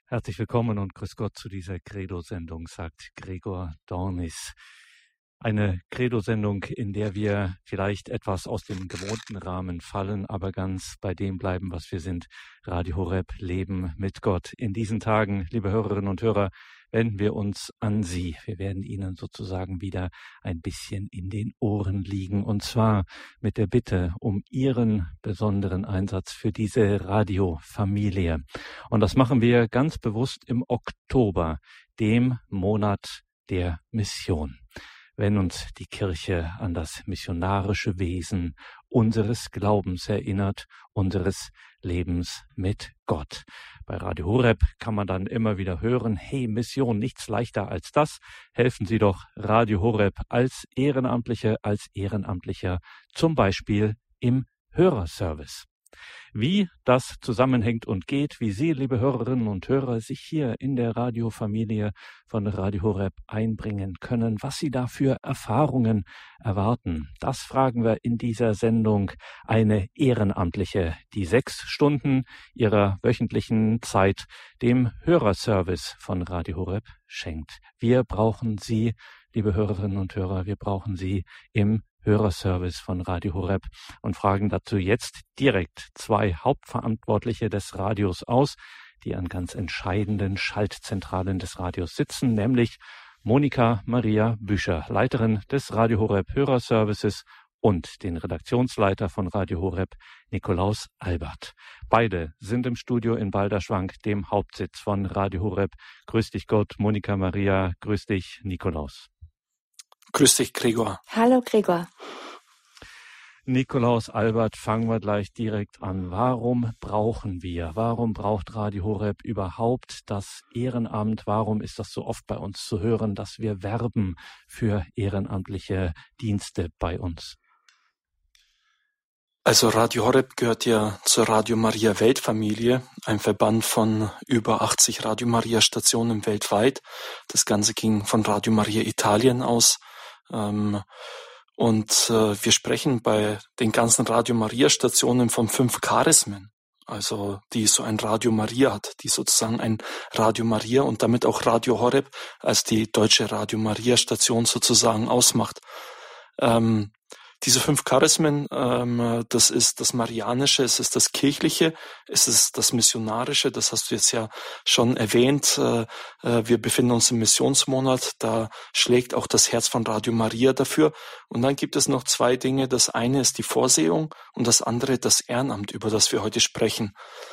Herzlich willkommen und grüß Gott zu dieser Credo-Sendung, sagt Gregor Dornis. Eine Credo-Sendung, in der wir vielleicht etwas aus dem gewohnten Rahmen fallen, aber ganz bei dem bleiben, was wir sind. Radio Horeb, Leben mit Gott. In diesen Tagen, liebe Hörerinnen und Hörer, wenden wir uns an Sie. Wir werden Ihnen sozusagen wieder ein bisschen in den Ohren liegen, und zwar mit der Bitte um Ihren besonderen Einsatz für diese Radiofamilie. Und das machen wir ganz bewusst im Oktober, dem Monat der Mission. Wenn uns die Kirche an das missionarische Wesen unseres Glaubens erinnert, unseres Lebens mit Gott. Bei Radio Horeb kann man dann immer wieder hören, hey, Mission, nichts leichter als das. Helfen Sie doch Radio Horeb als Ehrenamtlicher, zum Beispiel im Hörerservice. Wie das zusammenhängt und geht, wie Sie, liebe Hörerinnen und Hörer, sich hier in der Radiofamilie von Radio Horeb einbringen können, was Sie da für Erfahrungen erwarten, das fragen wir in dieser Sendung eine Ehrenamtliche, die 6 Stunden ihrer wöchentlichen Zeit dem Hörerservice von Radio Horeb schenkt. Wir brauchen Sie, liebe Hörerinnen und Hörer, wir brauchen Sie im Hörerservice von Radio Horeb und fragen dazu jetzt direkt 2 Hauptverantwortliche des Radios aus, die an ganz entscheidenden Schaltzentralen des Radios sitzen, nämlich Monika Maria Büscher, Leiterin des Radio Horeb Hörerservices, und den Redaktionsleiter von Radio Horeb, Nikolaus Albert. Beide sind im Studio in Balderschwang, dem Hauptsitz von Radio Horeb. Grüß dich Gott, Monika Maria, grüß dich, Nikolaus. Grüß dich, Gregor. Hallo, Gregor. Nikolaus Albert, fangen wir gleich direkt an. Warum braucht Radio Horeb überhaupt das Ehrenamt? Warum ist das so oft bei uns zu hören, dass wir werben für ehrenamtliche Dienste bei uns? Also Radio Horeb gehört ja zur Radio Maria Weltfamilie, ein Verband von über 80 Radio Maria Stationen weltweit. Das Ganze ging von Radio Maria Italien aus. Wir sprechen bei den ganzen Radio Maria Stationen von 5 Charismen, also die so ein Radio Maria hat, die sozusagen ein Radio Maria und damit auch Radio Horeb als die deutsche Radio Maria Station sozusagen ausmacht. Diese 5 Charismen, das ist das Marianische, es ist das Kirchliche, es ist das Missionarische, das hast du jetzt ja schon erwähnt. Wir befinden uns im Missionsmonat, da schlägt auch das Herz von Radio Maria dafür. Und dann gibt es noch 2 Dinge. Das eine ist die Vorsehung und das andere das Ehrenamt, über das wir heute sprechen.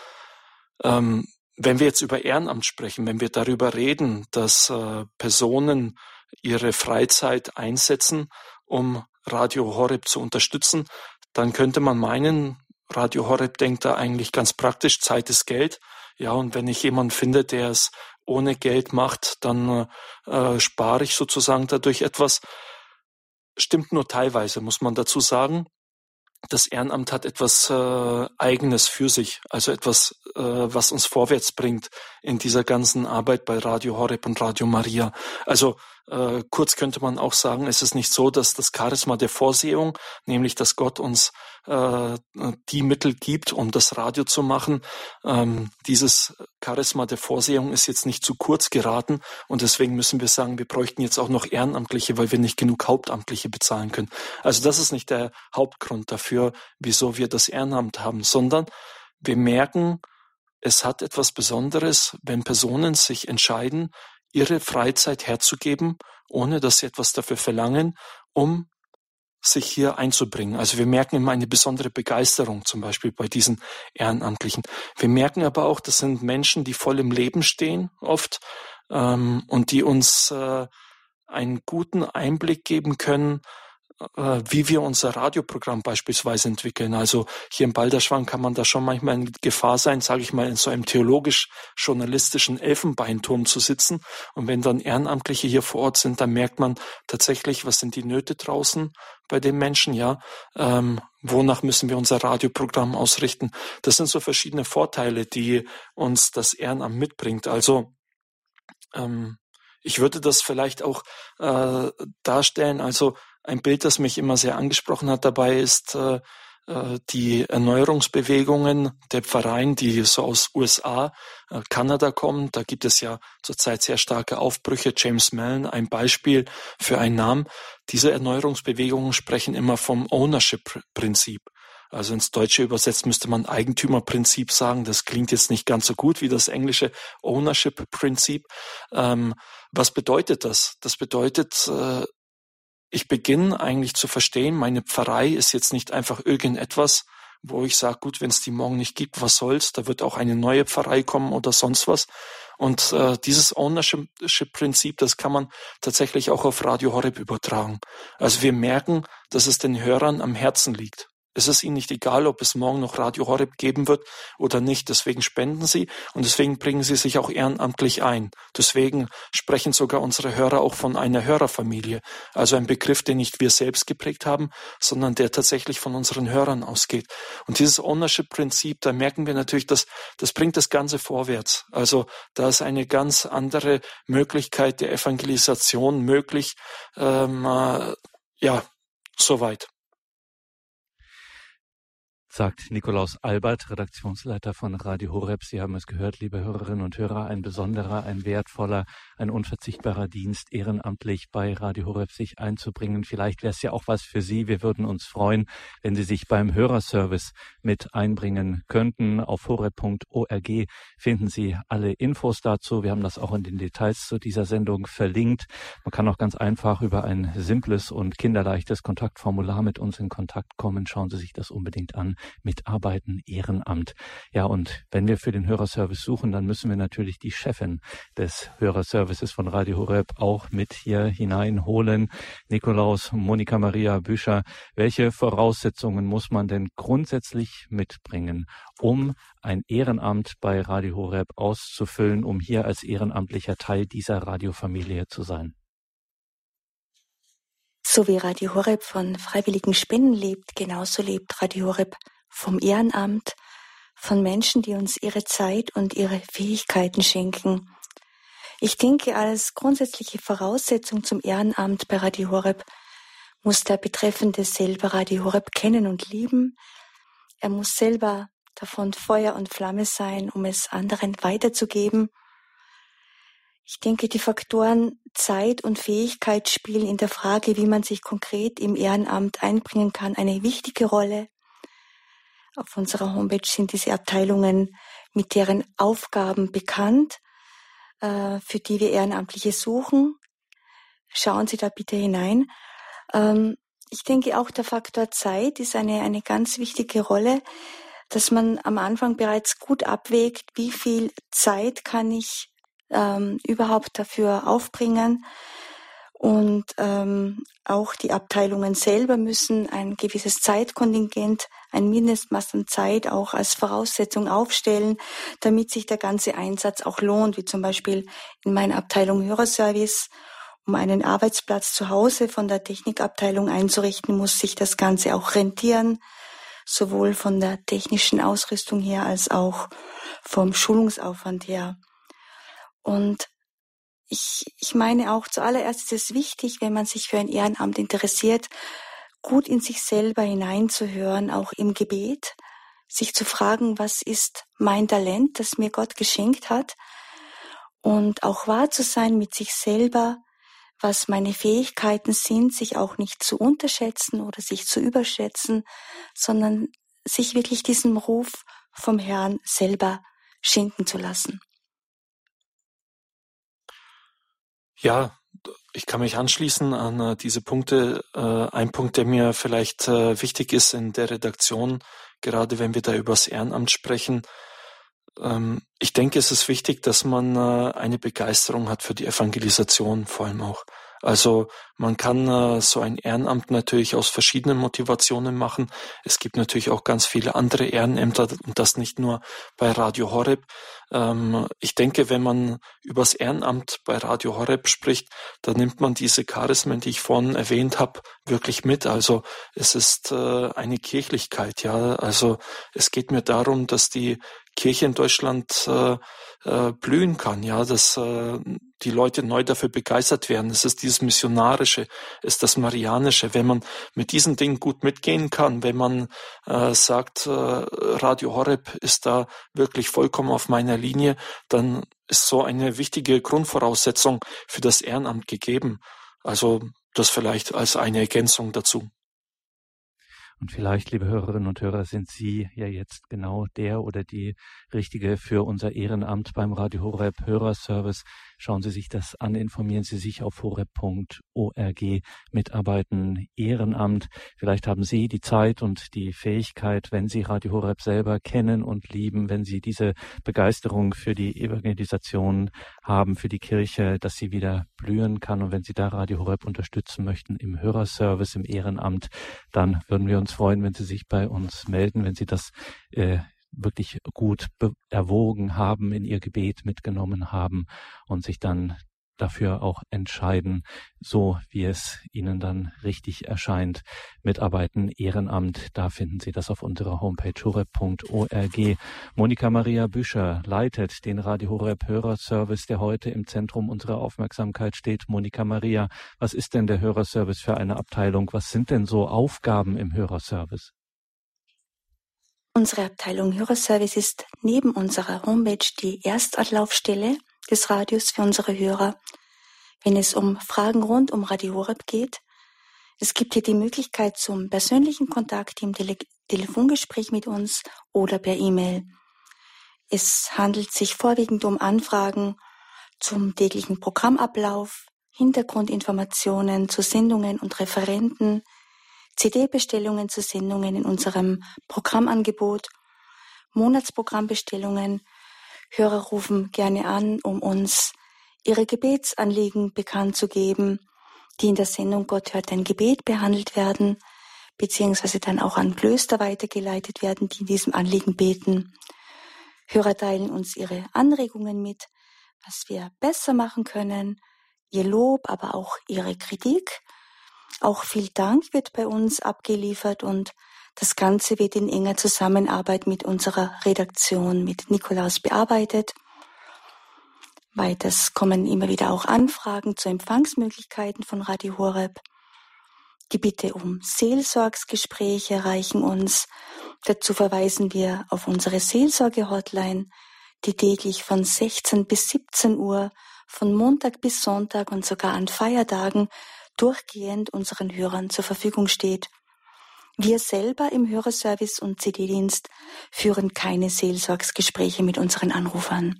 Wenn wir jetzt über Ehrenamt sprechen, wenn wir darüber reden, dass Personen ihre Freizeit einsetzen, um Radio Horeb zu unterstützen, dann könnte man meinen, Radio Horeb denkt da eigentlich ganz praktisch, Zeit ist Geld. Ja, und wenn ich jemanden finde, der es ohne Geld macht, dann spare ich sozusagen dadurch etwas. Stimmt nur teilweise, muss man dazu sagen. Das Ehrenamt hat etwas Eigenes für sich, also etwas, was uns vorwärts bringt in dieser ganzen Arbeit bei Radio Horeb und Radio Maria. Also kurz könnte man auch sagen, es ist nicht so, dass das Charisma der Vorsehung, nämlich dass Gott uns die Mittel gibt, um das Radio zu machen, dieses Charisma der Vorsehung ist jetzt nicht zu kurz geraten und deswegen müssen wir sagen, wir bräuchten jetzt auch noch Ehrenamtliche, weil wir nicht genug Hauptamtliche bezahlen können. Also das ist nicht der Hauptgrund dafür, wieso wir das Ehrenamt haben, sondern wir merken, es hat etwas Besonderes, wenn Personen sich entscheiden, ihre Freizeit herzugeben, ohne dass sie etwas dafür verlangen, um sich hier einzubringen. Also wir merken immer eine besondere Begeisterung, zum Beispiel bei diesen Ehrenamtlichen. Wir merken aber auch, das sind Menschen, die voll im Leben stehen, oft, und die uns einen guten Einblick geben können, wie wir unser Radioprogramm beispielsweise entwickeln. Also hier in Balderschwang kann man da schon manchmal in Gefahr sein, sage ich mal, in so einem theologisch-journalistischen Elfenbeinturm zu sitzen. Und wenn dann Ehrenamtliche hier vor Ort sind, dann merkt man tatsächlich, was sind die Nöte draußen bei den Menschen, ja. Wonach müssen wir unser Radioprogramm ausrichten? Das sind so verschiedene Vorteile, die uns das Ehrenamt mitbringt. Also ich würde das vielleicht auch darstellen, also ein Bild, das mich immer sehr angesprochen hat dabei ist, die Erneuerungsbewegungen der Pfarreien, die so aus USA, Kanada kommen. Da gibt es ja zurzeit sehr starke Aufbrüche. James Mellon, ein Beispiel für einen Namen. Diese Erneuerungsbewegungen sprechen immer vom Ownership-Prinzip. Also ins Deutsche übersetzt müsste man Eigentümerprinzip sagen. Das klingt jetzt nicht ganz so gut wie das englische Ownership-Prinzip. Was bedeutet das? Das bedeutet, ich beginne eigentlich zu verstehen, meine Pfarrei ist jetzt nicht einfach irgendetwas, wo ich sage, gut, wenn es die morgen nicht gibt, was soll's, da wird auch eine neue Pfarrei kommen oder sonst was. Und dieses Ownership-Prinzip, das kann man tatsächlich auch auf Radio Horeb übertragen. Also wir merken, dass es den Hörern am Herzen liegt. Es ist ihnen nicht egal, ob es morgen noch Radio Horeb geben wird oder nicht. Deswegen spenden sie und deswegen bringen sie sich auch ehrenamtlich ein. Deswegen sprechen sogar unsere Hörer auch von einer Hörerfamilie. Also ein Begriff, den nicht wir selbst geprägt haben, sondern der tatsächlich von unseren Hörern ausgeht. Und dieses Ownership-Prinzip, da merken wir natürlich, dass das bringt das Ganze vorwärts. Also da ist eine ganz andere Möglichkeit der Evangelisation möglich. Soweit. Sagt Nikolaus Albert, Redaktionsleiter von Radio Horeb. Sie haben es gehört, liebe Hörerinnen und Hörer, ein besonderer, ein wertvoller, ein unverzichtbarer Dienst, ehrenamtlich bei Radio Horeb sich einzubringen. Vielleicht wäre es ja auch was für Sie. Wir würden uns freuen, wenn Sie sich beim Hörerservice mit einbringen könnten. Auf horeb.org finden Sie alle Infos dazu. Wir haben das auch in den Details zu dieser Sendung verlinkt. Man kann auch ganz einfach über ein simples und kinderleichtes Kontaktformular mit uns in Kontakt kommen. Schauen Sie sich das unbedingt an. Mitarbeiten, Ehrenamt. Ja, und wenn wir für den Hörerservice suchen, dann müssen wir natürlich die Chefin des Hörerservices von Radio Horeb auch mit hier hineinholen. Nikolaus, Monika Maria Büscher, welche Voraussetzungen muss man denn grundsätzlich mitbringen, um ein Ehrenamt bei Radio Horeb auszufüllen, um hier als ehrenamtlicher Teil dieser Radiofamilie zu sein? So wie Radio Horeb von freiwilligen Spenden lebt, genauso lebt Radio Horeb vom Ehrenamt, von Menschen, die uns ihre Zeit und ihre Fähigkeiten schenken. Ich denke, als grundsätzliche Voraussetzung zum Ehrenamt bei Radio Horeb muss der Betreffende selber Radio Horeb kennen und lieben. Er muss selber davon Feuer und Flamme sein, um es anderen weiterzugeben. Ich denke, die Faktoren Zeit und Fähigkeit spielen in der Frage, wie man sich konkret im Ehrenamt einbringen kann, eine wichtige Rolle. Auf unserer Homepage sind diese Abteilungen mit deren Aufgaben bekannt, für die wir Ehrenamtliche suchen. Schauen Sie da bitte hinein. Ich denke, auch der Faktor Zeit ist eine ganz wichtige Rolle, dass man am Anfang bereits gut abwägt, wie viel Zeit kann ich überhaupt dafür aufbringen. Und auch die Abteilungen selber müssen ein gewisses Zeitkontingent, ein Mindestmaß an Zeit auch als Voraussetzung aufstellen, damit sich der ganze Einsatz auch lohnt, wie zum Beispiel in meiner Abteilung Hörerservice. Um einen Arbeitsplatz zu Hause von der Technikabteilung einzurichten, muss sich das Ganze auch rentieren, sowohl von der technischen Ausrüstung her als auch vom Schulungsaufwand her. Und ich meine auch, zuallererst ist es wichtig, wenn man sich für ein Ehrenamt interessiert, gut in sich selber hineinzuhören, auch im Gebet, sich zu fragen, was ist mein Talent, das mir Gott geschenkt hat, und auch wahr zu sein mit sich selber, was meine Fähigkeiten sind, sich auch nicht zu unterschätzen oder sich zu überschätzen, sondern sich wirklich diesem Ruf vom Herrn selber schenken zu lassen. Ja, ich kann mich anschließen an diese Punkte. Ein Punkt, der mir vielleicht wichtig ist in der Redaktion, gerade wenn wir da über das Ehrenamt sprechen. Ich denke, es ist wichtig, dass man eine Begeisterung hat für die Evangelisation vor allem auch. Also man kann so ein Ehrenamt natürlich aus verschiedenen Motivationen machen. Es gibt natürlich auch ganz viele andere Ehrenämter und das nicht nur bei Radio Horeb. Ich denke, wenn man über das Ehrenamt bei Radio Horeb spricht, dann nimmt man diese Charismen, die ich vorhin erwähnt habe, wirklich mit. Also es ist eine Kirchlichkeit, ja. Also es geht mir darum, dass die Kirche in Deutschland blühen kann, ja, dass die Leute neu dafür begeistert werden. Es ist dieses Missionarische, es ist das Marianische. Wenn man mit diesen Dingen gut mitgehen kann, wenn man sagt, Radio Horeb ist da wirklich vollkommen auf meiner Linie, dann ist so eine wichtige Grundvoraussetzung für das Ehrenamt gegeben. Also das vielleicht als eine Ergänzung dazu. Und vielleicht, liebe Hörerinnen und Hörer, sind Sie ja jetzt genau der oder die Richtige für unser Ehrenamt beim Radio Horeb Hörerservice. Schauen Sie sich das an, informieren Sie sich auf horeb.org, mitarbeiten, Ehrenamt. Vielleicht haben Sie die Zeit und die Fähigkeit, wenn Sie Radio Horeb selber kennen und lieben, wenn Sie diese Begeisterung für die Evangelisation haben, für die Kirche, dass sie wieder blühen kann. Und wenn Sie da Radio Horeb unterstützen möchten im Hörerservice, im Ehrenamt, dann würden wir uns freuen, wenn Sie sich bei uns melden, wenn Sie das wirklich gut erwogen haben, in Ihr Gebet mitgenommen haben und sich dann dafür auch entscheiden, so wie es Ihnen dann richtig erscheint. Mitarbeiten, Ehrenamt, da finden Sie das auf unserer Homepage horeb.org. Monika Maria Büscher leitet den Radio Horeb Hörerservice, der heute im Zentrum unserer Aufmerksamkeit steht. Monika Maria, was ist denn der Hörerservice für eine Abteilung? Was sind denn so Aufgaben im Hörerservice? Unsere Abteilung Hörerservice ist neben unserer Homepage die Erstanlaufstelle des Radios für unsere Hörer, wenn es um Fragen rund um Radio Horeb geht. Es gibt hier die Möglichkeit zum persönlichen Kontakt im Telefongespräch mit uns oder per E-Mail. Es handelt sich vorwiegend um Anfragen zum täglichen Programmablauf, Hintergrundinformationen zu Sendungen und Referenten, CD-Bestellungen zu Sendungen in unserem Programmangebot, Monatsprogrammbestellungen. Hörer rufen gerne an, um uns ihre Gebetsanliegen bekannt zu geben, die in der Sendung Gott hört ein Gebet behandelt werden, beziehungsweise dann auch an Klöster weitergeleitet werden, die in diesem Anliegen beten. Hörer teilen uns ihre Anregungen mit, was wir besser machen können, ihr Lob, aber auch ihre Kritik. Auch viel Dank wird bei uns abgeliefert und das Ganze wird in enger Zusammenarbeit mit unserer Redaktion, mit Nikolaus bearbeitet. Weiters kommen immer wieder auch Anfragen zu Empfangsmöglichkeiten von Radio Horeb. Die Bitte um Seelsorgsgespräche erreichen uns. Dazu verweisen wir auf unsere Seelsorge-Hotline, die täglich von 16 bis 17 Uhr, von Montag bis Sonntag und sogar an Feiertagen durchgehend unseren Hörern zur Verfügung steht. Wir selber im Hörerservice und CD-Dienst führen keine Seelsorgsgespräche mit unseren Anrufern.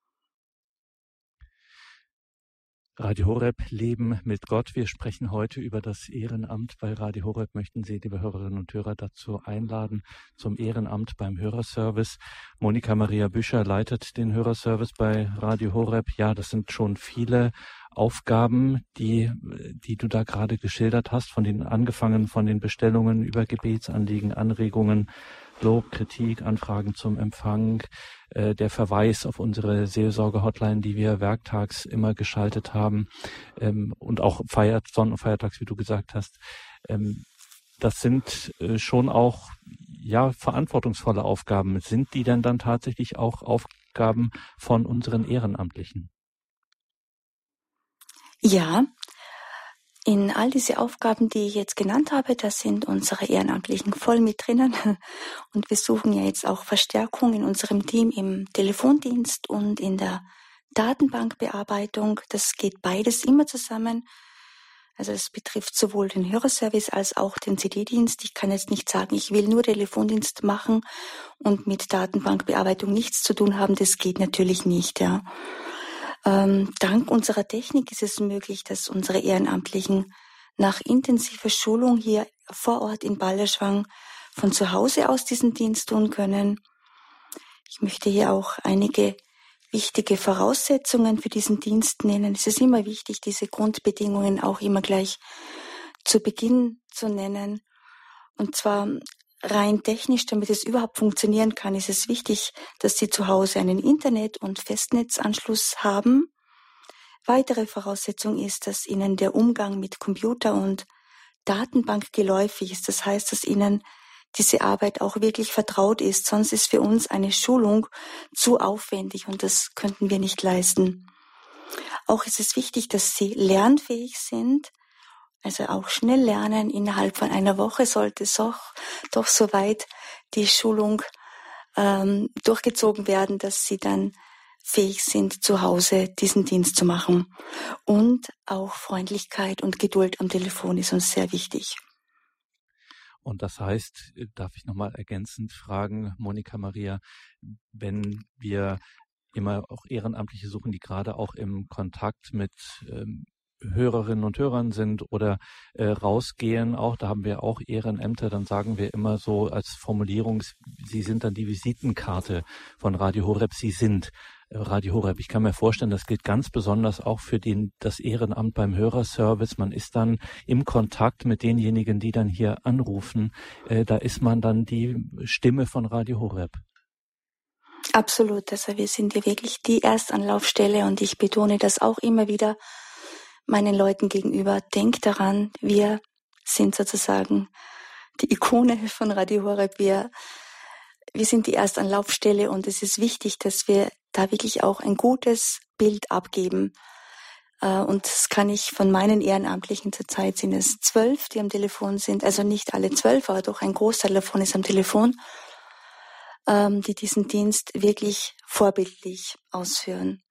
Radio Horeb, Leben mit Gott. Wir sprechen heute über das Ehrenamt bei Radio Horeb. Möchten Sie, liebe Hörerinnen und Hörer, dazu einladen zum Ehrenamt beim Hörerservice. Monika Maria Büscher leitet den Hörerservice bei Radio Horeb. Ja, das sind schon viele Aufgaben, die du da gerade geschildert hast, angefangen von den Bestellungen über Gebetsanliegen, Anregungen, Lob, Kritik, Anfragen zum Empfang, der Verweis auf unsere Seelsorge-Hotline, die wir werktags immer geschaltet haben, und auch Sonn- und Feiertags, wie du gesagt hast. Das sind schon auch verantwortungsvolle Aufgaben. Sind die denn dann tatsächlich auch Aufgaben von unseren Ehrenamtlichen? Ja, in all diese Aufgaben, die ich jetzt genannt habe, da sind unsere Ehrenamtlichen voll mit drinnen. Und wir suchen ja jetzt auch Verstärkung in unserem Team im Telefondienst und in der Datenbankbearbeitung. Das geht beides immer zusammen. Also es betrifft sowohl den Hörerservice als auch den CD-Dienst. Ich kann jetzt nicht sagen, ich will nur Telefondienst machen und mit Datenbankbearbeitung nichts zu tun haben. Das geht natürlich nicht, ja. Dank unserer Technik ist es möglich, dass unsere Ehrenamtlichen nach intensiver Schulung hier vor Ort in Balderschwang von zu Hause aus diesen Dienst tun können. Ich möchte hier auch einige wichtige Voraussetzungen für diesen Dienst nennen. Es ist immer wichtig, diese Grundbedingungen auch immer gleich zu Beginn zu nennen. Und zwar rein technisch, damit es überhaupt funktionieren kann, ist es wichtig, dass Sie zu Hause einen Internet- und Festnetzanschluss haben. Weitere Voraussetzung ist, dass Ihnen der Umgang mit Computer und Datenbank geläufig ist. Das heißt, dass Ihnen diese Arbeit auch wirklich vertraut ist. Sonst ist für uns eine Schulung zu aufwendig und das könnten wir nicht leisten. Auch ist es wichtig, dass sie lernfähig sind, also auch schnell lernen. Innerhalb von einer Woche sollte es doch soweit die Schulung durchgezogen werden, dass sie dann fähig sind, zu Hause diesen Dienst zu machen. Und auch Freundlichkeit und Geduld am Telefon ist uns sehr wichtig. Und das heißt, darf ich nochmal ergänzend fragen, Monika Maria, wenn wir immer auch Ehrenamtliche suchen, die gerade auch im Kontakt mit Hörerinnen und Hörern sind oder rausgehen, auch da haben wir auch Ehrenämter, dann sagen wir immer so als Formulierung, sie sind dann die Visitenkarte von Radio Horeb, sie sind Radio Horeb. Ich kann mir vorstellen, das gilt ganz besonders auch für das Ehrenamt beim Hörerservice. Man ist dann im Kontakt mit denjenigen, die dann hier anrufen. Da ist man dann die Stimme von Radio Horeb. Absolut. Also wir sind hier wirklich die Erstanlaufstelle und ich betone das auch immer wieder meinen Leuten gegenüber. Denkt daran, wir sind sozusagen die Ikone von Radio Horeb. Wir sind die Erstanlaufstelle und es ist wichtig, dass wir da wirklich auch ein gutes Bild abgeben. Und das kann ich von meinen Ehrenamtlichen, zurzeit sind es 12, die am Telefon sind, also nicht alle 12, aber doch ein Großteil davon ist am Telefon, die diesen Dienst wirklich vorbildlich ausführen.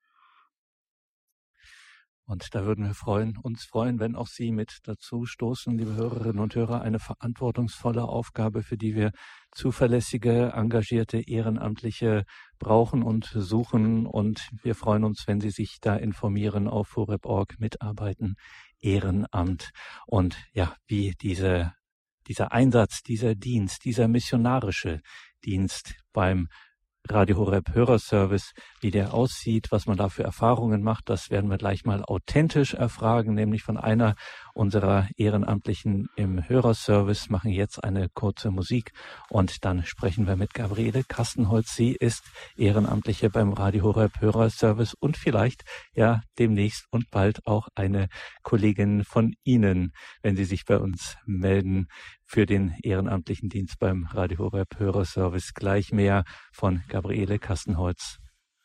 Und da würden wir uns freuen, wenn auch Sie mit dazu stoßen, liebe Hörerinnen und Hörer, eine verantwortungsvolle Aufgabe, für die wir zuverlässige, engagierte Ehrenamtliche brauchen und suchen. Und wir freuen uns, wenn Sie sich da informieren auf horeb.org, mitarbeiten, Ehrenamt. Und ja, wie dieser Einsatz, dieser Dienst, dieser missionarische Dienst beim Radio Horeb Hörerservice, wie der aussieht, was man da für Erfahrungen macht, das werden wir gleich mal authentisch erfragen, nämlich von einer unserer Ehrenamtlichen im Hörerservice, machen jetzt eine kurze Musik und dann sprechen wir mit Gabriele Kastenholz. Sie ist Ehrenamtliche beim Radio Horeb Hörerservice und vielleicht ja demnächst und bald auch eine Kollegin von Ihnen, wenn Sie sich bei uns melden für den ehrenamtlichen Dienst beim Radio Horeb Hörerservice. Gleich mehr von Gabriele Kastenholz.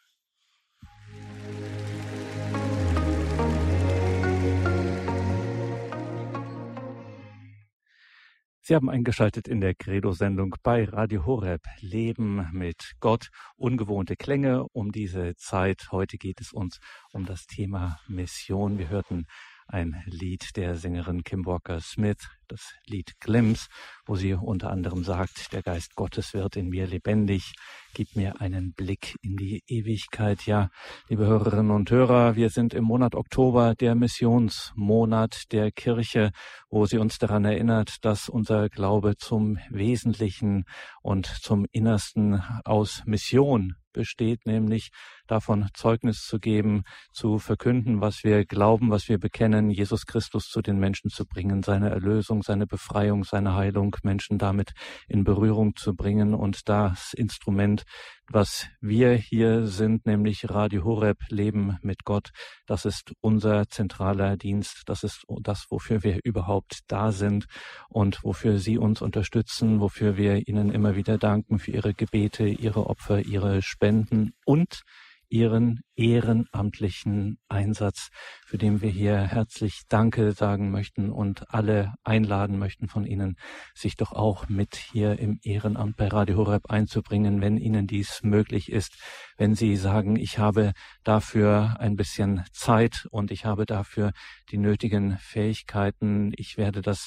Sie haben eingeschaltet in der Credo-Sendung bei Radio Horeb. Leben mit Gott, ungewohnte Klänge um diese Zeit. Heute geht es uns um das Thema Mission. Wir hörten ein Lied der Sängerin Kim Walker-Smith, das Lied Glimpse, wo sie unter anderem sagt, der Geist Gottes wird in mir lebendig, gib mir einen Blick in die Ewigkeit. Ja, liebe Hörerinnen und Hörer, wir sind im Monat Oktober, der Missionsmonat der Kirche, wo sie uns daran erinnert, dass unser Glaube zum Wesentlichen und zum Innersten aus Mission besteht, nämlich davon Zeugnis zu geben, zu verkünden, was wir glauben, was wir bekennen, Jesus Christus zu den Menschen zu bringen, seine Erlösung, seine Befreiung, seine Heilung, Menschen damit in Berührung zu bringen. Und das Instrument, was wir hier sind, nämlich Radio Horeb, Leben mit Gott, das ist unser zentraler Dienst, das ist das, wofür wir überhaupt da sind und wofür Sie uns unterstützen, wofür wir Ihnen immer wieder danken für Ihre Gebete, Ihre Opfer, Ihre Spenden und Ihren ehrenamtlichen Einsatz, für den wir hier herzlich Danke sagen möchten und alle einladen möchten von Ihnen, sich doch auch mit hier im Ehrenamt bei Radio Horeb einzubringen, wenn Ihnen dies möglich ist, wenn Sie sagen, ich habe dafür ein bisschen Zeit und ich habe dafür die nötigen Fähigkeiten, ich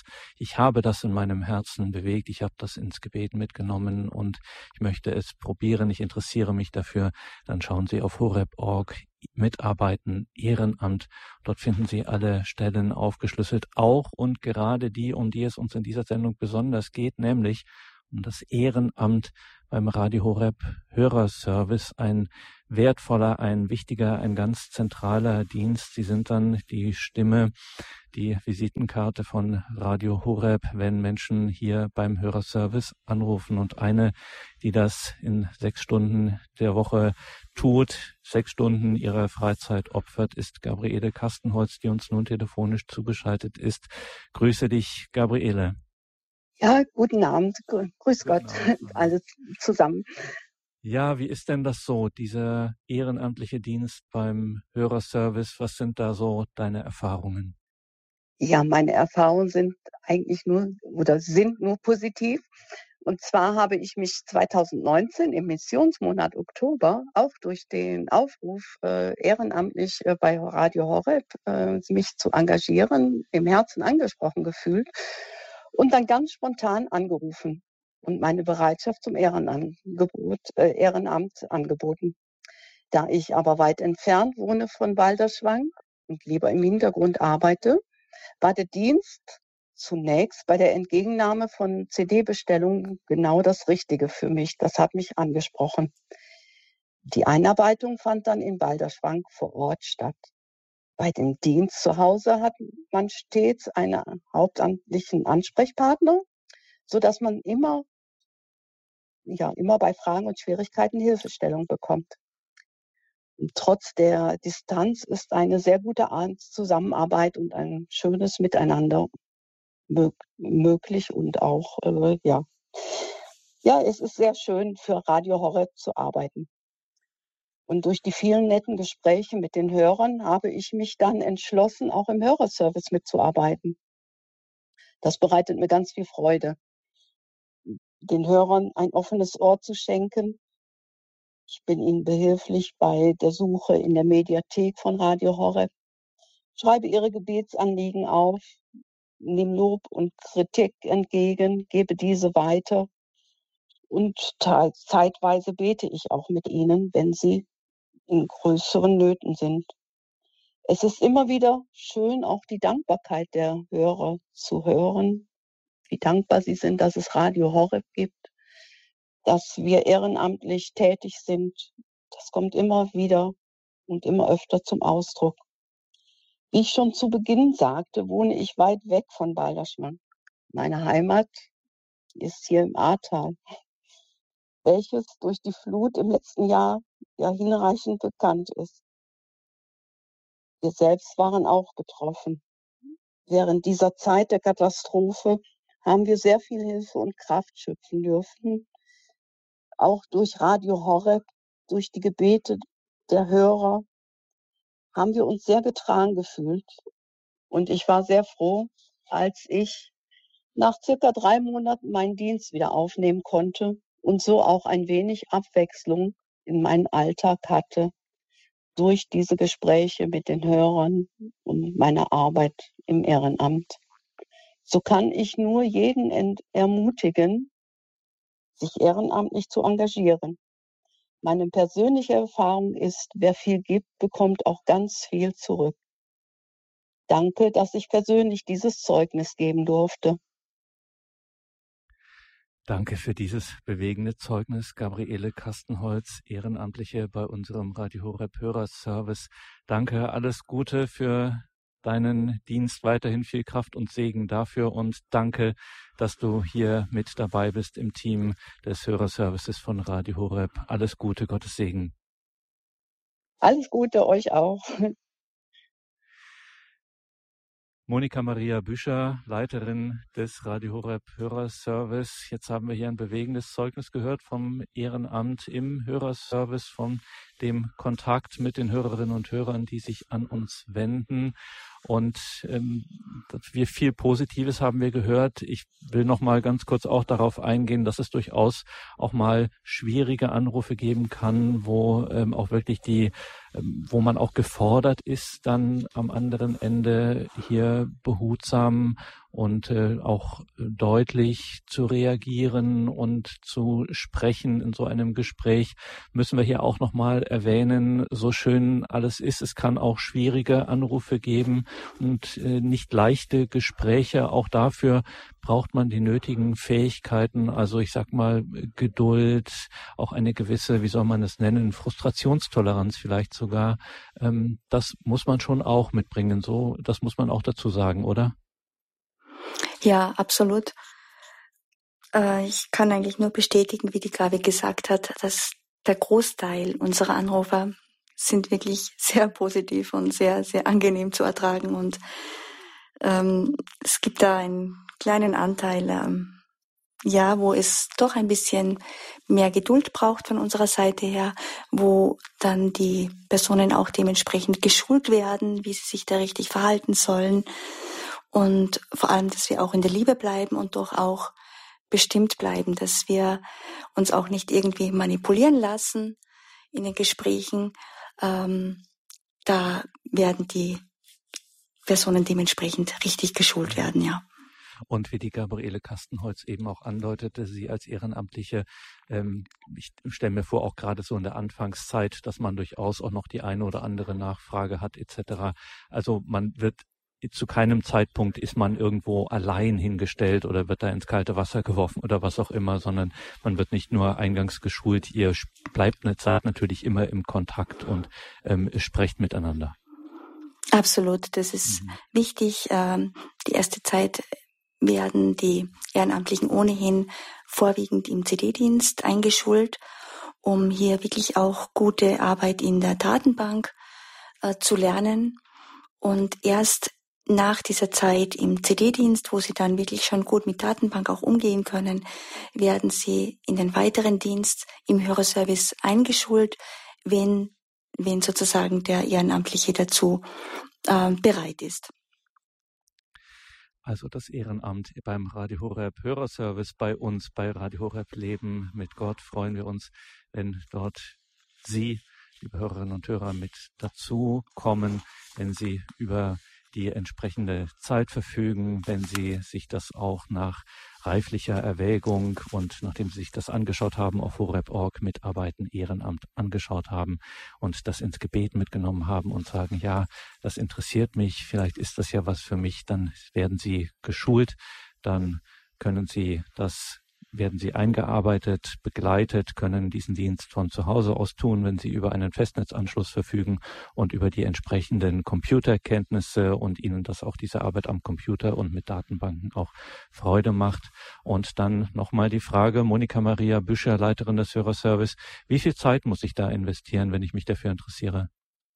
habe das in meinem Herzen bewegt, ich habe das ins Gebet mitgenommen und ich möchte es probieren, ich interessiere mich dafür, dann schauen Sie auf horeb.org, mitarbeiten, Ehrenamt. Dort finden Sie alle Stellen aufgeschlüsselt, auch und gerade die, um die es uns in dieser Sendung besonders geht, nämlich um das Ehrenamt beim Radio Horeb Hörerservice, ein wertvoller, ein wichtiger, ein ganz zentraler Dienst. Sie sind dann die Stimme, die Visitenkarte von Radio Horeb, wenn Menschen hier beim Hörerservice anrufen. Und eine, die das in 6 Stunden der Woche tut, 6 Stunden ihrer Freizeit opfert, ist Gabriele Kastenholz, die uns nun telefonisch zugeschaltet ist. Grüße dich, Gabriele. Ja, guten Abend. Grüß Gott, alle zusammen. Ja, wie ist denn das so, dieser ehrenamtliche Dienst beim Hörerservice? Was sind da so deine Erfahrungen? Ja, meine Erfahrungen sind eigentlich sind nur positiv. Und zwar habe ich mich 2019 im Missionsmonat Oktober auch durch den Aufruf, ehrenamtlich, bei Radio Horeb, mich zu engagieren, im Herzen angesprochen gefühlt und dann ganz spontan angerufen und meine Bereitschaft zum Ehrenamt angeboten. Da ich aber weit entfernt wohne von Balderschwang und lieber im Hintergrund arbeite, war der Dienst zunächst bei der Entgegennahme von CD-Bestellungen genau das Richtige für mich. Das hat mich angesprochen. Die Einarbeitung fand dann in Balderschwang vor Ort statt. Bei dem Dienst zu Hause hat man stets einen hauptamtlichen Ansprechpartner, sodass man immer bei Fragen und Schwierigkeiten Hilfestellung bekommt. Und trotz der Distanz ist eine sehr gute Zusammenarbeit und ein schönes Miteinander möglich und auch, es ist sehr schön, für Radio Horeb zu arbeiten. Und durch die vielen netten Gespräche mit den Hörern habe ich mich dann entschlossen, auch im Hörerservice mitzuarbeiten. Das bereitet mir ganz viel Freude, den Hörern ein offenes Ohr zu schenken. Ich bin ihnen behilflich bei der Suche in der Mediathek von Radio Horeb, schreibe ihre Gebetsanliegen auf, nehme Lob und Kritik entgegen, gebe diese weiter und zeitweise bete ich auch mit ihnen, wenn sie in größeren Nöten sind. Es ist immer wieder schön, auch die Dankbarkeit der Hörer zu hören, wie dankbar sie sind, dass es Radio Horeb gibt, dass wir ehrenamtlich tätig sind. Das kommt immer wieder und immer öfter zum Ausdruck. Wie ich schon zu Beginn sagte, wohne ich weit weg von Balderschwang. Meine Heimat ist hier im Ahrtal, welches durch die Flut im letzten Jahr ja hinreichend bekannt ist. Wir selbst waren auch betroffen. Während dieser Zeit der Katastrophe haben wir sehr viel Hilfe und Kraft schöpfen dürfen, auch durch Radio Horeb, durch die Gebete der Hörer haben wir uns sehr getragen gefühlt. Und ich war sehr froh, als ich nach circa 3 Monaten meinen Dienst wieder aufnehmen konnte und so auch ein wenig Abwechslung in meinen Alltag hatte durch diese Gespräche mit den Hörern und meine Arbeit im Ehrenamt. So kann ich nur jeden ermutigen, sich ehrenamtlich zu engagieren. Meine persönliche Erfahrung ist, wer viel gibt, bekommt auch ganz viel zurück. Danke, dass ich persönlich dieses Zeugnis geben durfte. Danke für dieses bewegende Zeugnis, Gabriele Kastenholz, Ehrenamtliche bei unserem Radio Horeb Hörerservice. Danke, alles Gute für deinen Dienst, weiterhin viel Kraft und Segen dafür und danke, dass du hier mit dabei bist im Team des Hörerservices von Radio Horeb. Alles Gute, Gottes Segen. Alles Gute euch auch. Monika Maria Büscher, Leiterin des Radio Horeb Hörerservice. Jetzt haben wir hier ein bewegendes Zeugnis gehört vom Ehrenamt im Hörerservice, von dem Kontakt mit den Hörerinnen und Hörern, die sich an uns wenden. Und wir viel Positives haben wir gehört. Ich will noch mal ganz kurz auch darauf eingehen, dass es durchaus auch mal schwierige Anrufe geben kann, wo auch wirklich wo man auch gefordert ist, dann am anderen Ende hier behutsam und auch deutlich zu reagieren und zu sprechen in so einem Gespräch, müssen wir hier auch nochmal erwähnen, so schön alles ist, es kann auch schwierige Anrufe geben und nicht leichte Gespräche. Auch dafür braucht man die nötigen Fähigkeiten, also ich sag mal Geduld, auch eine gewisse, wie soll man es nennen, Frustrationstoleranz vielleicht sogar. Das muss man schon auch mitbringen, so, das muss man auch dazu sagen, oder? Ja, absolut. Ich kann eigentlich nur bestätigen, wie die Gabi gesagt hat, dass der Großteil unserer Anrufer sind wirklich sehr positiv und sehr, sehr angenehm zu ertragen. Und es gibt da einen kleinen Anteil, wo es doch ein bisschen mehr Geduld braucht von unserer Seite her, wo dann die Personen auch dementsprechend geschult werden, wie sie sich da richtig verhalten sollen. Und vor allem, dass wir auch in der Liebe bleiben und doch auch bestimmt bleiben, dass wir uns auch nicht irgendwie manipulieren lassen in den Gesprächen. Da werden die Personen dementsprechend richtig geschult werden, ja. Und wie die Gabriele Kastenholz eben auch andeutete, sie als Ehrenamtliche, ich stelle mir vor, auch gerade so in der Anfangszeit, dass man durchaus auch noch die eine oder andere Nachfrage hat etc. Also man wird zu keinem Zeitpunkt ist man irgendwo allein hingestellt oder wird da ins kalte Wasser geworfen oder was auch immer, sondern man wird nicht nur eingangs geschult, ihr bleibt eine Zeit natürlich immer im Kontakt und sprecht miteinander. Absolut, das ist wichtig. Die erste Zeit werden die Ehrenamtlichen ohnehin vorwiegend im CD-Dienst eingeschult, um hier wirklich auch gute Arbeit in der Datenbank zu lernen. Und erst nach dieser Zeit im CD-Dienst, wo sie dann wirklich schon gut mit Datenbank auch umgehen können, werden sie in den weiteren Dienst im Hörerservice eingeschult, wenn sozusagen der Ehrenamtliche dazu bereit ist. Also das Ehrenamt beim Radio Horeb Hörerservice bei uns, bei Radio Horeb Leben mit Gott, freuen wir uns, wenn dort Sie, liebe Hörerinnen und Hörer, mit dazu kommen, wenn Sie über die entsprechende Zeit verfügen, wenn Sie sich das auch nach reiflicher Erwägung und nachdem Sie sich das angeschaut haben auf horeb.org Mitarbeiten Ehrenamt angeschaut haben und das ins Gebet mitgenommen haben und sagen, ja, das interessiert mich, vielleicht ist das ja was für mich, dann werden Sie geschult, dann werden Sie eingearbeitet, begleitet, können diesen Dienst von zu Hause aus tun, wenn Sie über einen Festnetzanschluss verfügen und über die entsprechenden Computerkenntnisse und Ihnen das auch diese Arbeit am Computer und mit Datenbanken auch Freude macht. Und dann nochmal die Frage, Monika Maria Büscher, Leiterin des Hörerservice, wie viel Zeit muss ich da investieren, wenn ich mich dafür interessiere?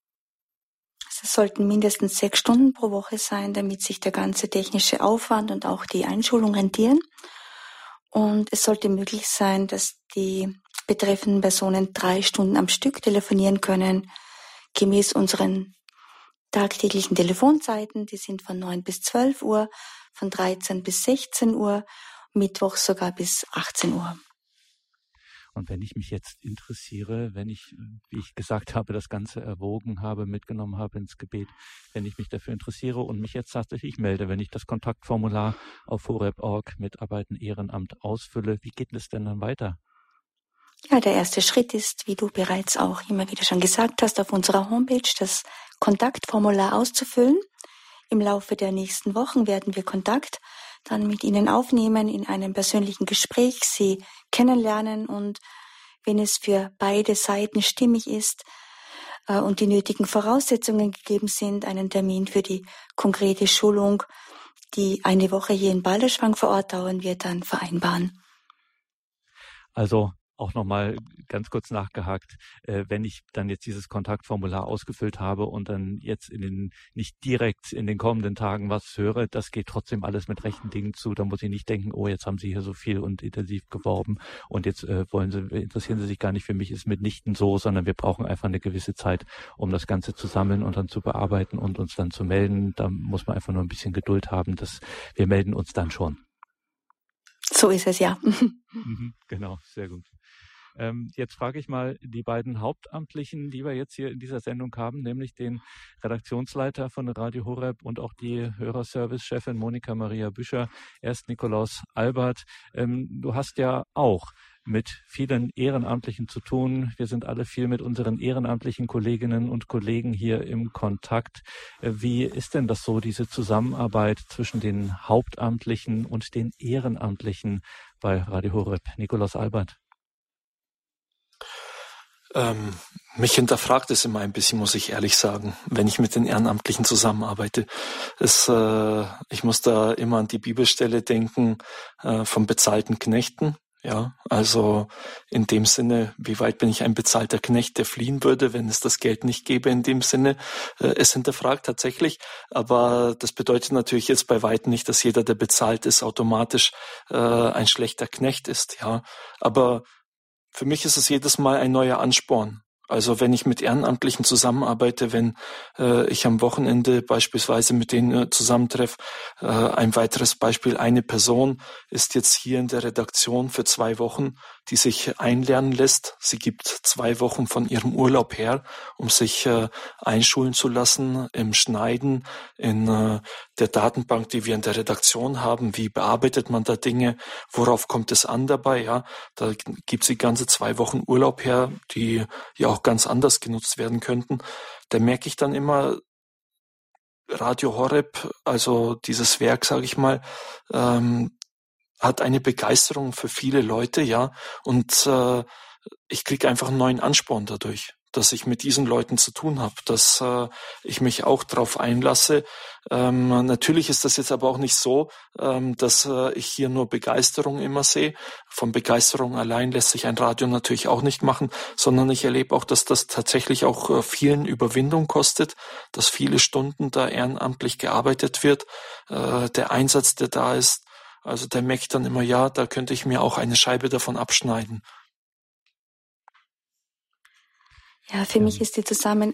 Es sollten mindestens 6 Stunden pro Woche sein, damit sich der ganze technische Aufwand und auch die Einschulung rentieren. Und es sollte möglich sein, dass die betreffenden Personen 3 Stunden am Stück telefonieren können, gemäß unseren tagtäglichen Telefonzeiten. Die sind von 9 bis 12 Uhr, von 13 bis 16 Uhr, Mittwoch sogar bis 18 Uhr. Und wenn ich mich jetzt interessiere, wenn ich, wie ich gesagt habe, das Ganze erwogen habe, mitgenommen habe ins Gebet, wenn ich mich dafür interessiere und mich jetzt tatsächlich melde, wenn ich das Kontaktformular auf horeb.org Mitarbeiten Ehrenamt ausfülle, wie geht es denn dann weiter? Ja, der erste Schritt ist, wie du bereits auch immer wieder schon gesagt hast, auf unserer Homepage das Kontaktformular auszufüllen. Im Laufe der nächsten Wochen werden wir Kontakt dann mit Ihnen aufnehmen, in einem persönlichen Gespräch Sie kennenlernen und wenn es für beide Seiten stimmig ist und die nötigen Voraussetzungen gegeben sind, einen Termin für die konkrete Schulung, die eine Woche hier in Balderschwang vor Ort dauern wird, dann vereinbaren. Also auch nochmal ganz kurz nachgehakt, wenn ich dann jetzt dieses Kontaktformular ausgefüllt habe und dann jetzt nicht direkt in den kommenden Tagen was höre, das geht trotzdem alles mit rechten Dingen zu. Da muss ich nicht denken, oh, jetzt haben Sie hier so viel und intensiv geworben und jetzt interessieren Sie sich gar nicht für mich, ist mitnichten so, sondern wir brauchen einfach eine gewisse Zeit, um das Ganze zu sammeln und dann zu bearbeiten und uns dann zu melden. Da muss man einfach nur ein bisschen Geduld haben, wir melden uns dann schon. So ist es, ja. Genau, sehr gut. Jetzt frage ich mal die beiden Hauptamtlichen, die wir jetzt hier in dieser Sendung haben, nämlich den Redaktionsleiter von Radio Horeb und auch die Hörerservice-Chefin Monika Maria Büscher. Erst Nikolaus Albert. Du hast ja auch mit vielen Ehrenamtlichen zu tun. Wir sind alle viel mit unseren ehrenamtlichen Kolleginnen und Kollegen hier im Kontakt. Wie ist denn das so, diese Zusammenarbeit zwischen den Hauptamtlichen und den Ehrenamtlichen bei Radio Horeb? Nikolaus Albert. Mich hinterfragt es immer ein bisschen, muss ich ehrlich sagen, wenn ich mit den Ehrenamtlichen zusammenarbeite. Ich muss da immer an die Bibelstelle denken von bezahlten Knechten. Ja, also in dem Sinne, wie weit bin ich ein bezahlter Knecht, der fliehen würde, wenn es das Geld nicht gäbe, in dem Sinne, es hinterfragt tatsächlich. Aber das bedeutet natürlich jetzt bei weitem nicht, dass jeder, der bezahlt ist, automatisch ein schlechter Knecht ist. Ja, aber für mich ist es jedes Mal ein neuer Ansporn. Also wenn ich mit Ehrenamtlichen zusammenarbeite, wenn ich am Wochenende beispielsweise mit denen zusammentreffe, ein weiteres Beispiel, eine Person ist jetzt hier in der Redaktion für 2 Wochen, die sich einlernen lässt. Sie gibt 2 Wochen von ihrem Urlaub her, um sich einschulen zu lassen im Schneiden, in der Datenbank, die wir in der Redaktion haben. Wie bearbeitet man da Dinge? Worauf kommt es an dabei? Ja, da gibt sie ganze 2 Wochen Urlaub her, die ja auch ganz anders genutzt werden könnten. Da merke ich dann immer, Radio Horeb, also dieses Werk, sage ich mal, hat eine Begeisterung für viele Leute, ja, und ich kriege einfach einen neuen Ansporn dadurch, dass ich mit diesen Leuten zu tun habe, dass ich mich auch darauf einlasse. Natürlich ist das jetzt aber auch nicht so, dass ich hier nur Begeisterung immer sehe. Von Begeisterung allein lässt sich ein Radio natürlich auch nicht machen, sondern ich erlebe auch, dass das tatsächlich auch vielen Überwindung kostet, dass viele Stunden da ehrenamtlich gearbeitet wird, der Einsatz, der da ist. Also der merke ich dann immer, ja, da könnte ich mir auch eine Scheibe davon abschneiden. Ja, für mich ist die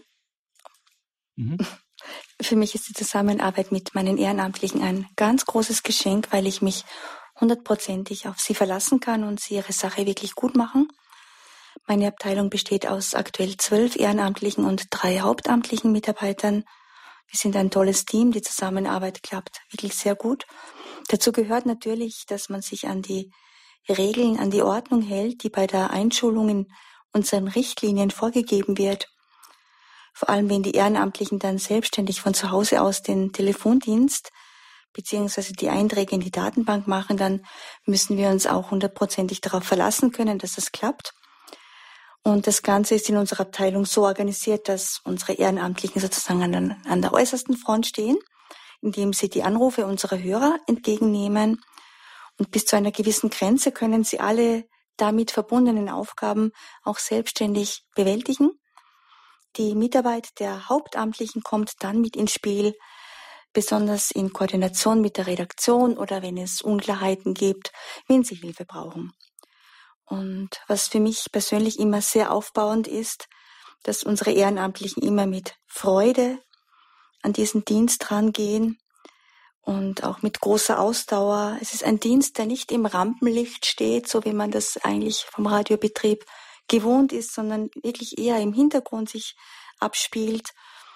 Zusammenarbeit mit meinen Ehrenamtlichen ein ganz großes Geschenk, weil ich mich 100%ig auf sie verlassen kann und sie ihre Sache wirklich gut machen. Meine Abteilung besteht aus aktuell 12 ehrenamtlichen und 3 hauptamtlichen Mitarbeitern. Wir sind ein tolles Team, die Zusammenarbeit klappt wirklich sehr gut. Dazu gehört natürlich, dass man sich an die Regeln, an die Ordnung hält, die bei der Einschulung in unseren Richtlinien vorgegeben wird. Vor allem, wenn die Ehrenamtlichen dann selbstständig von zu Hause aus den Telefondienst bzw. die Einträge in die Datenbank machen, dann müssen wir uns auch 100%ig darauf verlassen können, dass das klappt. Und das Ganze ist in unserer Abteilung so organisiert, dass unsere Ehrenamtlichen sozusagen an der äußersten Front stehen, indem sie die Anrufe unserer Hörer entgegennehmen. Und bis zu einer gewissen Grenze können sie alle damit verbundenen Aufgaben auch selbstständig bewältigen. Die Mitarbeit der Hauptamtlichen kommt dann mit ins Spiel, besonders in Koordination mit der Redaktion oder wenn es Unklarheiten gibt, wenn sie Hilfe brauchen. Und was für mich persönlich immer sehr aufbauend ist, dass unsere Ehrenamtlichen immer mit Freude an diesen Dienst rangehen und auch mit großer Ausdauer. Es ist ein Dienst, der nicht im Rampenlicht steht, so wie man das eigentlich vom Radiobetrieb gewohnt ist, sondern wirklich eher im Hintergrund sich abspielt.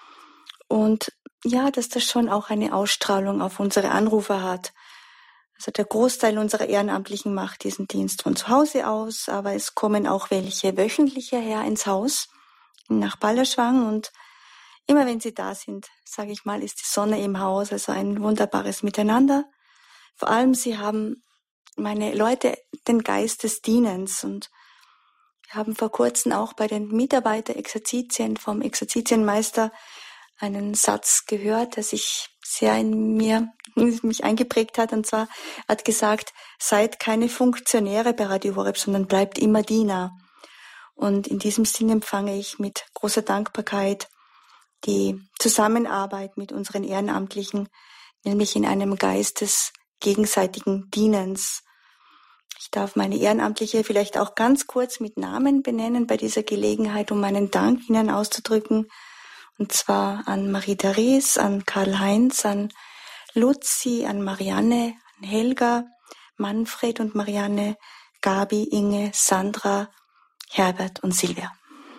Und ja, dass das schon auch eine Ausstrahlung auf unsere Anrufer hat. Also der Großteil unserer Ehrenamtlichen macht diesen Dienst von zu Hause aus, aber es kommen auch welche wöchentlich hierher ins Haus, nach Balderschwang, und immer wenn sie da sind, sage ich mal, ist die Sonne im Haus, also ein wunderbares Miteinander. Vor allem, sie haben, meine Leute, den Geist des Dienens, und wir haben vor kurzem auch bei den Mitarbeiter-Exerzitien vom Exerzitienmeister einen Satz gehört, der sich sehr in mich eingeprägt hat, und zwar hat gesagt: Seid keine Funktionäre bei Radio Horeb, sondern bleibt immer Diener. Und in diesem Sinne empfange ich mit großer Dankbarkeit die Zusammenarbeit mit unseren Ehrenamtlichen, nämlich in einem Geist des gegenseitigen Dienens. Ich darf meine Ehrenamtliche vielleicht auch ganz kurz mit Namen benennen bei dieser Gelegenheit, um meinen Dank ihnen auszudrücken. Und zwar an Marie-Therese, an Karl-Heinz, an Luzi, an Marianne, an Helga, Manfred und Marianne, Gabi, Inge, Sandra, Herbert und Silvia.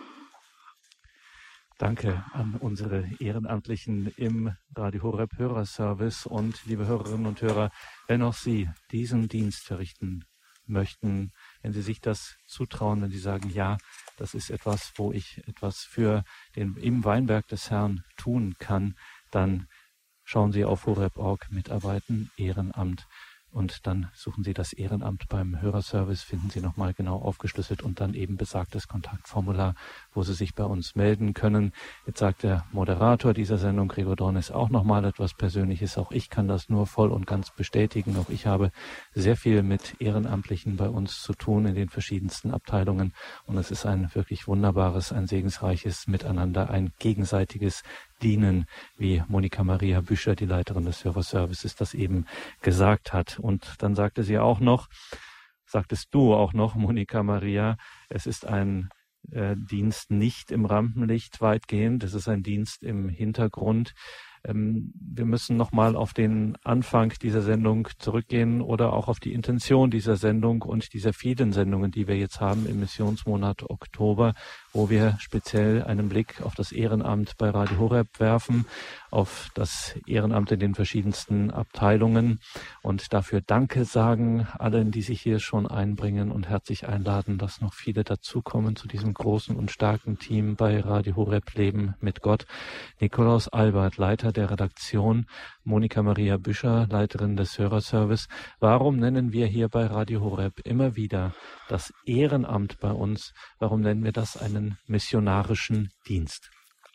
Danke an unsere Ehrenamtlichen im Radio Horeb Hörerservice. Und liebe Hörerinnen und Hörer, wenn auch Sie diesen Dienst verrichten möchten, wenn Sie sich das zutrauen, wenn Sie sagen, ja, das ist etwas, wo ich etwas für im Weinberg des Herrn tun kann, dann schauen Sie auf horeb.org, mitarbeiten, Ehrenamt. Und dann suchen Sie das Ehrenamt beim Hörerservice, finden Sie nochmal genau aufgeschlüsselt und dann eben besagtes Kontaktformular, wo Sie sich bei uns melden können. Jetzt sagt der Moderator dieser Sendung, Gregor Dornis, auch nochmal etwas Persönliches. Auch ich kann das nur voll und ganz bestätigen. Auch ich habe sehr viel mit Ehrenamtlichen bei uns zu tun in den verschiedensten Abteilungen. Und es ist ein wirklich wunderbares, ein segensreiches Miteinander, ein gegenseitiges Dienen, wie Monika Maria Büscher, die Leiterin des Hörerservices, das eben gesagt hat. Und dann sagtest du auch noch, Monika Maria, es ist ein Dienst nicht im Rampenlicht weitgehend, es ist ein Dienst im Hintergrund. Wir müssen nochmal auf den Anfang dieser Sendung zurückgehen oder auch auf die Intention dieser Sendung und dieser vielen Sendungen, die wir jetzt haben im Missionsmonat Oktober, wo wir speziell einen Blick auf das Ehrenamt bei Radio Horeb werfen, auf das Ehrenamt in den verschiedensten Abteilungen und dafür Danke sagen allen, die sich hier schon einbringen und herzlich einladen, dass noch viele dazukommen zu diesem großen und starken Team bei Radio Horeb Leben mit Gott. Nikolaus Albert, Leiter der Redaktion, Monika Maria Büscher, Leiterin des Hörerservice. Warum nennen wir hier bei Radio Horeb immer wieder das Ehrenamt bei uns? Warum nennen wir das einen missionarischen Dienst?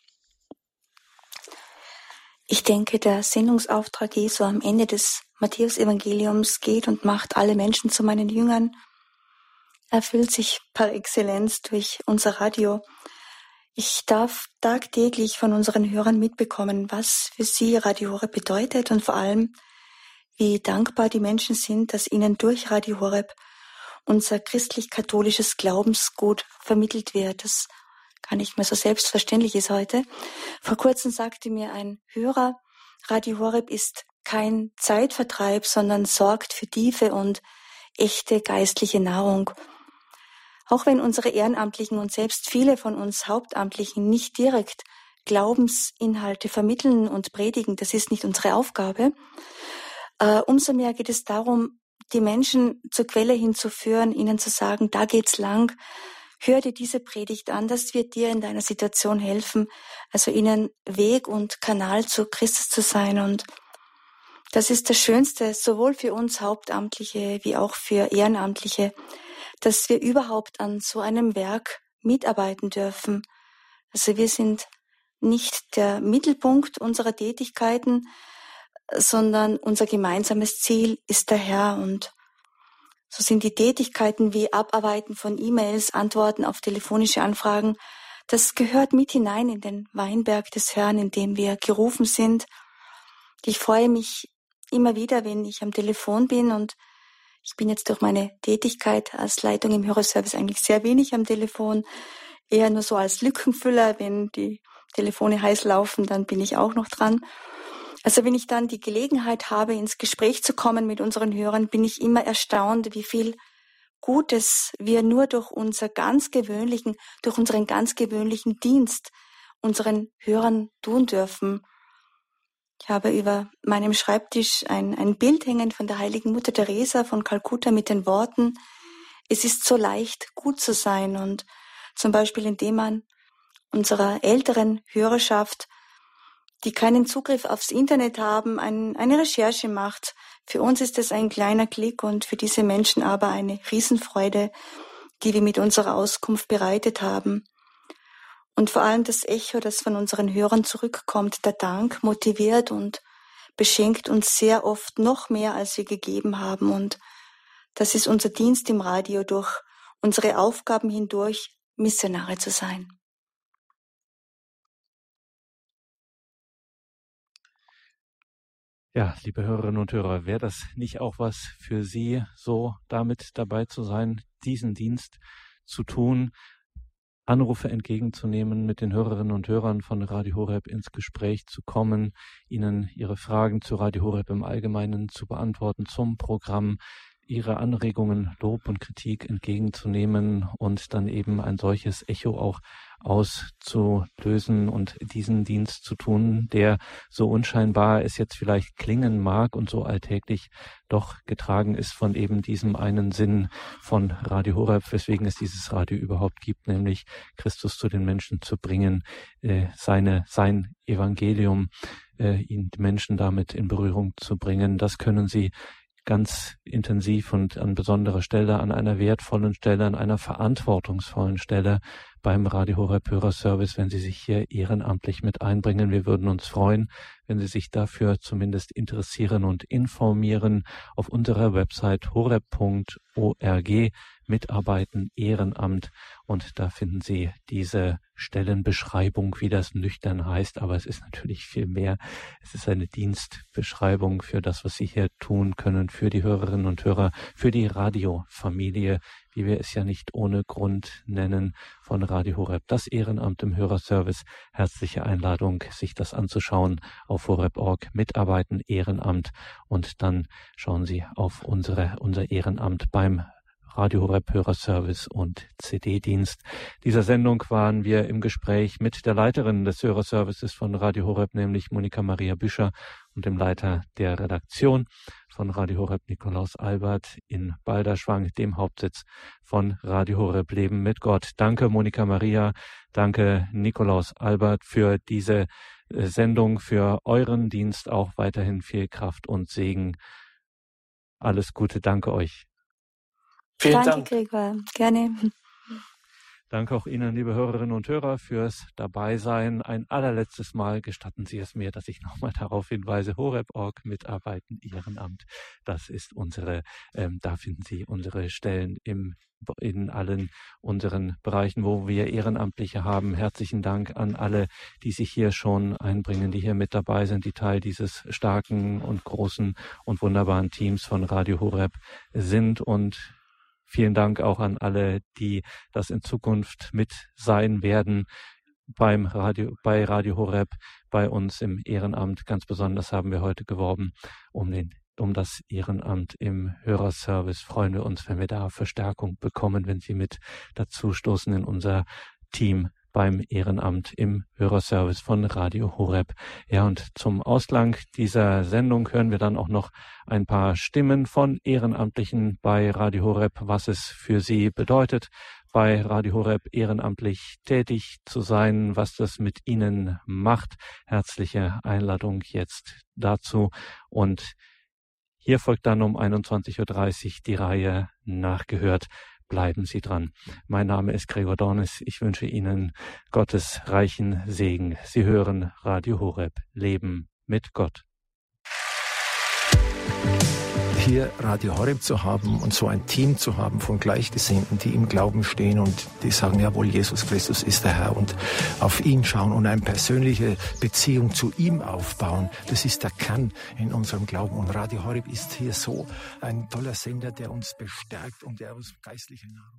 Ich denke, der Sendungsauftrag Jesu am Ende des Matthäus-Evangeliums geht und macht alle Menschen zu meinen Jüngern, erfüllt sich par excellence durch unser Radio. Ich darf tagtäglich von unseren Hörern mitbekommen, was für sie Radio Horeb bedeutet und vor allem, wie dankbar die Menschen sind, dass ihnen durch Radio Horeb unser christlich-katholisches Glaubensgut vermittelt wird. Das gar nicht mehr so selbstverständlich ist heute. Vor kurzem sagte mir ein Hörer, Radio Horeb ist kein Zeitvertreib, sondern sorgt für tiefe und echte geistliche Nahrung. Auch wenn unsere Ehrenamtlichen und selbst viele von uns Hauptamtlichen nicht direkt Glaubensinhalte vermitteln und predigen, das ist nicht unsere Aufgabe, umso mehr geht es darum, die Menschen zur Quelle hinzuführen, ihnen zu sagen, da geht's lang, hör dir diese Predigt an, das wird dir in deiner Situation helfen, also ihnen Weg und Kanal zu Christus zu sein. Und das ist das Schönste, sowohl für uns Hauptamtliche wie auch für Ehrenamtliche, dass wir überhaupt an so einem Werk mitarbeiten dürfen. Also wir sind nicht der Mittelpunkt unserer Tätigkeiten, sondern unser gemeinsames Ziel ist der Herr. Und so sind die Tätigkeiten wie Abarbeiten von E-Mails, Antworten auf telefonische Anfragen, das gehört mit hinein in den Weinberg des Herrn, in dem wir gerufen sind. Ich freue mich immer wieder, wenn ich am Telefon bin, und ich bin jetzt durch meine Tätigkeit als Leitung im Hörerservice eigentlich sehr wenig am Telefon, eher nur so als Lückenfüller. Wenn die Telefone heiß laufen, dann bin ich auch noch dran. Also wenn ich dann die Gelegenheit habe, ins Gespräch zu kommen mit unseren Hörern, bin ich immer erstaunt, wie viel Gutes wir nur durch unseren ganz gewöhnlichen Dienst unseren Hörern tun dürfen. Ich habe über meinem Schreibtisch ein Bild hängen von der heiligen Mutter Teresa von Kalkutta mit den Worten, es ist so leicht, gut zu sein. Und zum Beispiel, indem man unserer älteren Hörerschaft, die keinen Zugriff aufs Internet haben, eine Recherche macht. Für uns ist es ein kleiner Klick und für diese Menschen aber eine Riesenfreude, die wir mit unserer Auskunft bereitet haben. Und vor allem das Echo, das von unseren Hörern zurückkommt, der Dank, motiviert und beschenkt uns sehr oft noch mehr, als wir gegeben haben. Und das ist unser Dienst im Radio, durch unsere Aufgaben hindurch Missionare zu sein. Ja, liebe Hörerinnen und Hörer, wäre das nicht auch was für Sie, so damit dabei zu sein, diesen Dienst zu tun, Anrufe entgegenzunehmen, mit den Hörerinnen und Hörern von Radio Horeb ins Gespräch zu kommen, ihnen ihre Fragen zu Radio Horeb im Allgemeinen zu beantworten, zum Programm, ihre Anregungen, Lob und Kritik entgegenzunehmen und dann eben ein solches Echo auch auszulösen und diesen Dienst zu tun, der so unscheinbar es jetzt vielleicht klingen mag und so alltäglich doch getragen ist von eben diesem einen Sinn von Radio Horeb, weswegen es dieses Radio überhaupt gibt, nämlich Christus zu den Menschen zu bringen, sein Evangelium, die Menschen damit in Berührung zu bringen. Das können Sie ganz intensiv und an besonderer Stelle, an einer wertvollen Stelle, an einer verantwortungsvollen Stelle beim Radio Horeb Hörerservice, wenn Sie sich hier ehrenamtlich mit einbringen. Wir würden uns freuen, wenn Sie sich dafür zumindest interessieren und informieren auf unserer Website horeb.org, Mitarbeiten, Ehrenamt, und da finden Sie diese Stellenbeschreibung, wie das nüchtern heißt, aber es ist natürlich viel mehr. Es ist eine Dienstbeschreibung für das, was Sie hier tun können, für die Hörerinnen und Hörer, für die Radiofamilie, wie wir es ja nicht ohne Grund nennen, von Radio Horeb, das Ehrenamt im Hörerservice. Herzliche Einladung, sich das anzuschauen auf horeb.org, Mitarbeiten, Ehrenamt, und dann schauen Sie auf unser Ehrenamt beim Radio Horeb Hörerservice und CD-Dienst. Dieser Sendung waren wir im Gespräch mit der Leiterin des Hörerservices von Radio Horeb, nämlich Monika Maria Büscher, und dem Leiter der Redaktion von Radio Horeb, Nikolaus Albert, in Balderschwang, dem Hauptsitz von Radio Horeb Leben mit Gott. Danke Monika Maria, danke Nikolaus Albert für diese Sendung, für euren Dienst auch weiterhin viel Kraft und Segen. Alles Gute, danke euch. Vielen Dank. Gregor, gerne. Danke auch Ihnen, liebe Hörerinnen und Hörer, fürs Dabeisein. Ein allerletztes Mal gestatten Sie es mir, dass ich nochmal darauf hinweise, horeb.org, Mitarbeiten, Ehrenamt. Das ist da finden Sie unsere Stellen in allen unseren Bereichen, wo wir Ehrenamtliche haben. Herzlichen Dank an alle, die sich hier schon einbringen, die hier mit dabei sind, die Teil dieses starken und großen und wunderbaren Teams von Radio Horeb sind, und vielen Dank auch an alle, die das in Zukunft mit sein werden bei Radio Horeb, bei uns im Ehrenamt. Ganz besonders haben wir heute geworben um das Ehrenamt im Hörerservice. Freuen wir uns, wenn wir da Verstärkung bekommen, wenn Sie mit dazu stoßen in unser Team beim Ehrenamt im Hörerservice von Radio Horeb. Ja, und zum Ausklang dieser Sendung hören wir dann auch noch ein paar Stimmen von Ehrenamtlichen bei Radio Horeb, was es für sie bedeutet, bei Radio Horeb ehrenamtlich tätig zu sein, was das mit ihnen macht. Herzliche Einladung jetzt dazu. Und hier folgt dann um 21.30 Uhr die Reihe Nachgehört. Bleiben Sie dran. Mein Name ist Gregor Dornis. Ich wünsche Ihnen Gottes reichen Segen. Sie hören Radio Horeb, Leben mit Gott. Hier Radio Horeb zu haben und so ein Team zu haben von Gleichgesinnten, die im Glauben stehen und die sagen, jawohl, Jesus Christus ist der Herr, und auf ihn schauen und eine persönliche Beziehung zu ihm aufbauen, das ist der Kern in unserem Glauben. Und Radio Horeb ist hier so ein toller Sender, der uns bestärkt und der uns geistliche Nahrung